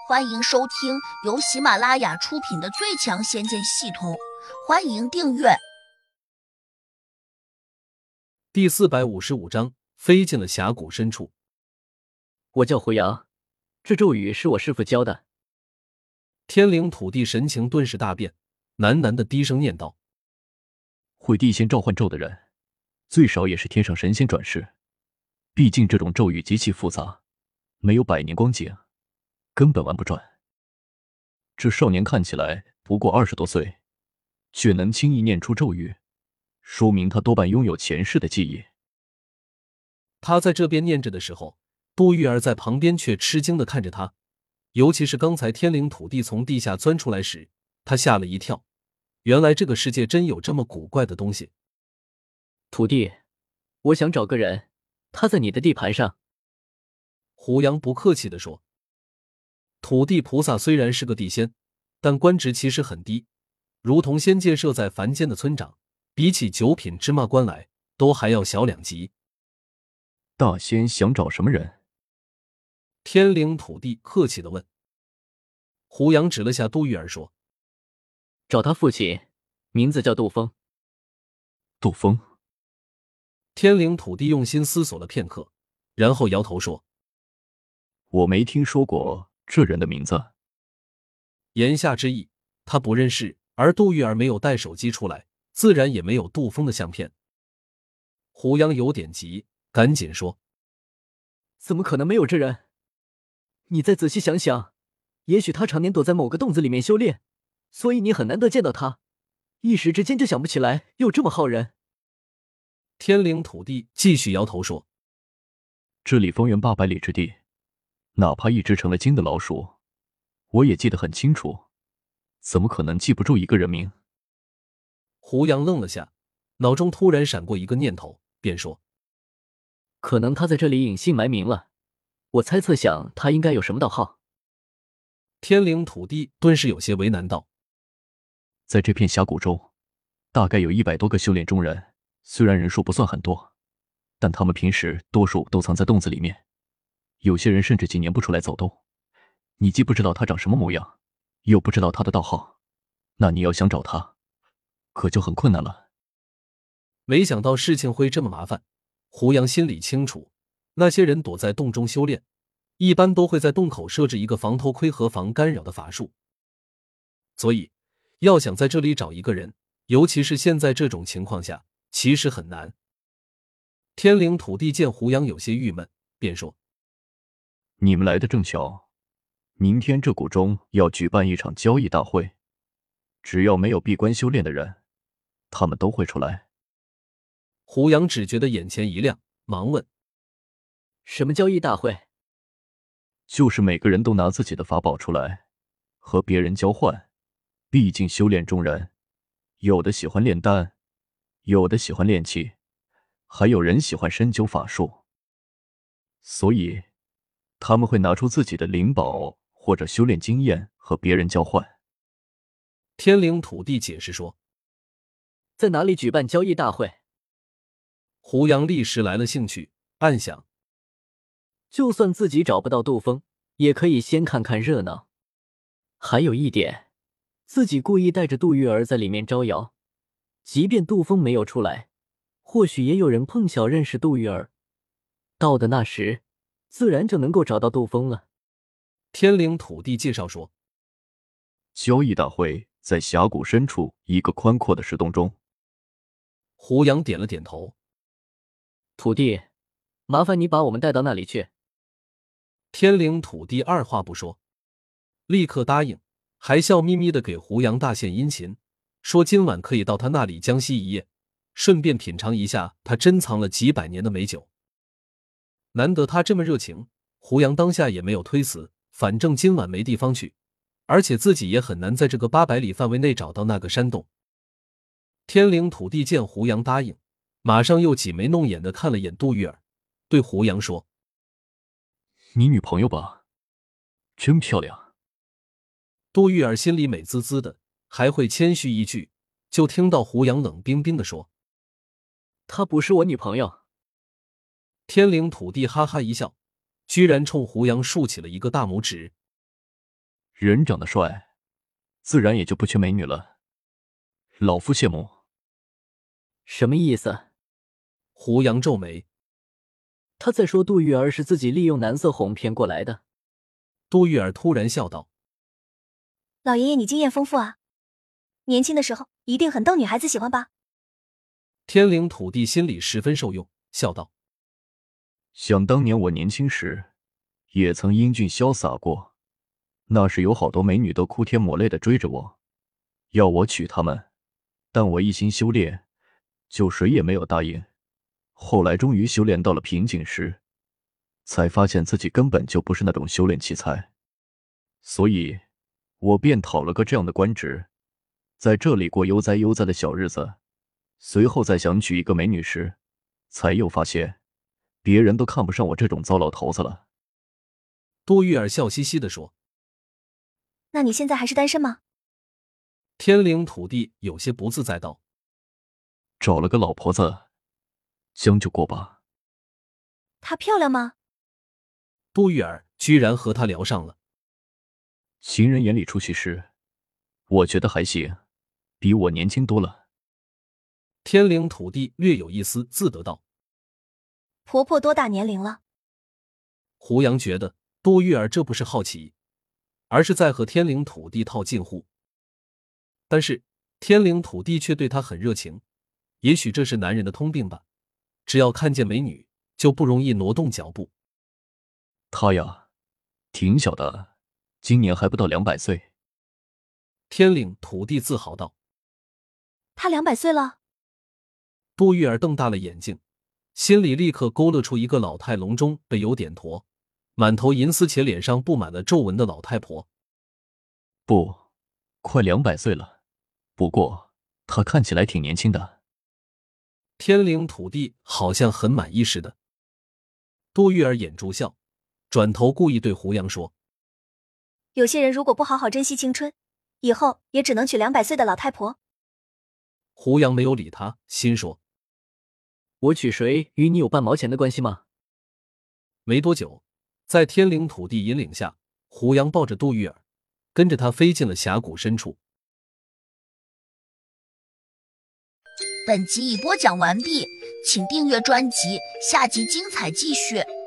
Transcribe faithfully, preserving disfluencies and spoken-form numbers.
欢迎收听由喜马拉雅出品的《最强仙剑系统》，欢迎订阅。 第四百五十五章，飞进了峡谷深处。 我叫胡杨，这咒语是我师父教的。 天灵土地神情顿时大变，喃喃的低声念道： 会地仙召唤咒的人，最少也是天上神仙转世。毕竟这种咒语极其复杂，没有百年光景，根本玩不转。这少年看起来不过二十多岁，却能轻易念出咒语，说明他多半拥有前世的记忆。 他在这边念着的时候，杜玉儿在旁边却吃惊的看着他，尤其是刚才天灵土地从地下钻出来时，他吓了一跳。原来这个世界真有这么古怪的东西。 土地，我想找个人，他在你的地盘上。 胡杨不客气地说。土地菩萨虽然是个地仙，但官职其实很低，如同仙界设在凡间的村长，比起九品芝麻官来，都还要小两级。 大仙想找什么人？ 天灵土地客气地问。胡杨指了下杜玉儿说： 找他父亲，名字叫杜峰。 杜峰。 天灵土地用心思索了片刻，然后摇头说： 我没听说过这人的名字。 言下之意，他不认识，而杜玉儿没有带手机出来，自然也没有杜峰的相片。胡杨有点急，赶紧说： 怎么可能没有这人？你再仔细想想，也许他常年躲在某个洞子里面修炼，所以你很难得见到他，一时之间就想不起来有这么好人。 天灵土地继续摇头说： 这里方圆八百里之地，哪怕一只成了精的老鼠，我也记得很清楚，怎么可能记不住一个人名？ 胡杨愣了下，脑中突然闪过一个念头，便说： 可能他在这里隐姓埋名了，我猜测想他应该有什么道号。 天灵土地顿时有些为难道： 在这片峡谷中，大概有一百多个修炼中人，虽然人数不算很多，但他们平时多数都藏在洞子里面，有些人甚至几年不出来走动。你既不知道他长什么模样，又不知道他的道号，那你要想找他，可就很困难了。 没想到事情会这么麻烦。胡杨心里清楚，那些人躲在洞中修炼，一般都会在洞口设置一个防偷窥和防干扰的法术，所以要想在这里找一个人，尤其是现在这种情况下，其实很难。天灵土地见胡杨有些郁闷，便说： 你们来的正巧，明天这谷中要举办一场交易大会，只要没有闭关修炼的人，他们都会出来。 胡杨只觉得眼前一亮，忙问： 什么交易大会？ 就是每个人都拿自己的法宝出来，和别人交换。毕竟修炼中人，有的喜欢炼丹，有的喜欢炼气，还有人喜欢深究法术。所以，他们会拿出自己的灵宝或者修炼经验和别人交换。 天灵土地解释说： 在哪里举办交易大会？ 胡杨立时来了兴趣，暗想： 就算自己找不到杜峰，也可以先看看热闹。还有一点，自己故意带着杜玉儿在里面招摇，即便杜峰没有出来，或许也有人碰巧认识杜玉儿，到的那时，自然就能够找到杜峰了。 天灵土地介绍说： 交易大会在峡谷深处一个宽阔的石洞中。 胡杨点了点头。 土地，麻烦你把我们带到那里去。 天灵土地二话不说，立刻答应，还笑眯眯地给胡杨大献殷勤，说今晚可以到他那里将息一夜，顺便品尝一下他珍藏了几百年的美酒。难得他这么热情，胡杨当下也没有推辞，反正今晚没地方去，而且自己也很难在这个八百里范围内找到那个山洞。天灵土地见胡杨答应，马上又挤眉弄眼地看了眼杜玉儿，对胡杨说： 你女朋友吧？真漂亮。 杜玉儿心里美滋滋的，还会谦虚一句，就听到胡杨冷冰冰地说： 她不是我女朋友。 天灵土地哈哈一笑，居然冲胡杨竖起了一个大拇指。 人长得帅，自然也就不缺美女了。老夫谢幕。 什么意思？ 胡杨皱眉。 他在说杜玉儿是自己利用男色哄骗过来的。 杜玉儿突然笑道： 老爷爷你经验丰富啊，年轻的时候一定很逗女孩子喜欢吧？ 天灵土地心里十分受用，笑道： 想当年我年轻时也曾英俊潇洒过，那时有好多美女都哭天抹泪的追着我，要我娶她们，但我一心修炼，就谁也没有答应。后来终于修炼到了瓶颈时，才发现自己根本就不是那种修炼奇才，所以我便讨了个这样的官职，在这里过悠哉悠哉的小日子。随后再想娶一个美女时，才又发现别人都看不上我这种糟老头子了。 杜玉儿笑嘻嘻地说： 那你现在还是单身吗？ 天灵土地有些不自在道： 找了个老婆子，将就过吧。 她漂亮吗？ 杜玉儿居然和他聊上了。 情人眼里出西施，我觉得还行，比我年轻多了。 天灵土地略有一丝自得道： 婆婆多大年龄了？ 胡杨觉得杜玉儿这不是好奇，而是在和天灵土地套近乎。但是天灵土地却对他很热情，也许这是男人的通病吧，只要看见美女就不容易挪动脚步。 他呀，挺小的，今年还不到两百岁。 天灵土地自豪道： 她两百岁了？ 杜玉儿瞪大了眼睛，心里立刻勾勒出一个老态龙钟、背有点驼、满头银丝且脸上布满了皱纹的老太婆。 不，快两百岁了，不过她看起来挺年轻的。 天灵土地好像很满意似的。杜玉儿眼珠笑，转头故意对胡杨说： 有些人如果不好好珍惜青春，以后也只能娶两百岁的老太婆。 胡杨没有理他，心说： 我娶谁与你有半毛钱的关系吗？ 没多久，在天灵土地引领下，胡杨抱着杜玉儿，跟着他飞进了峡谷深处。 本集已播讲完毕，请订阅专辑，下集精彩继续。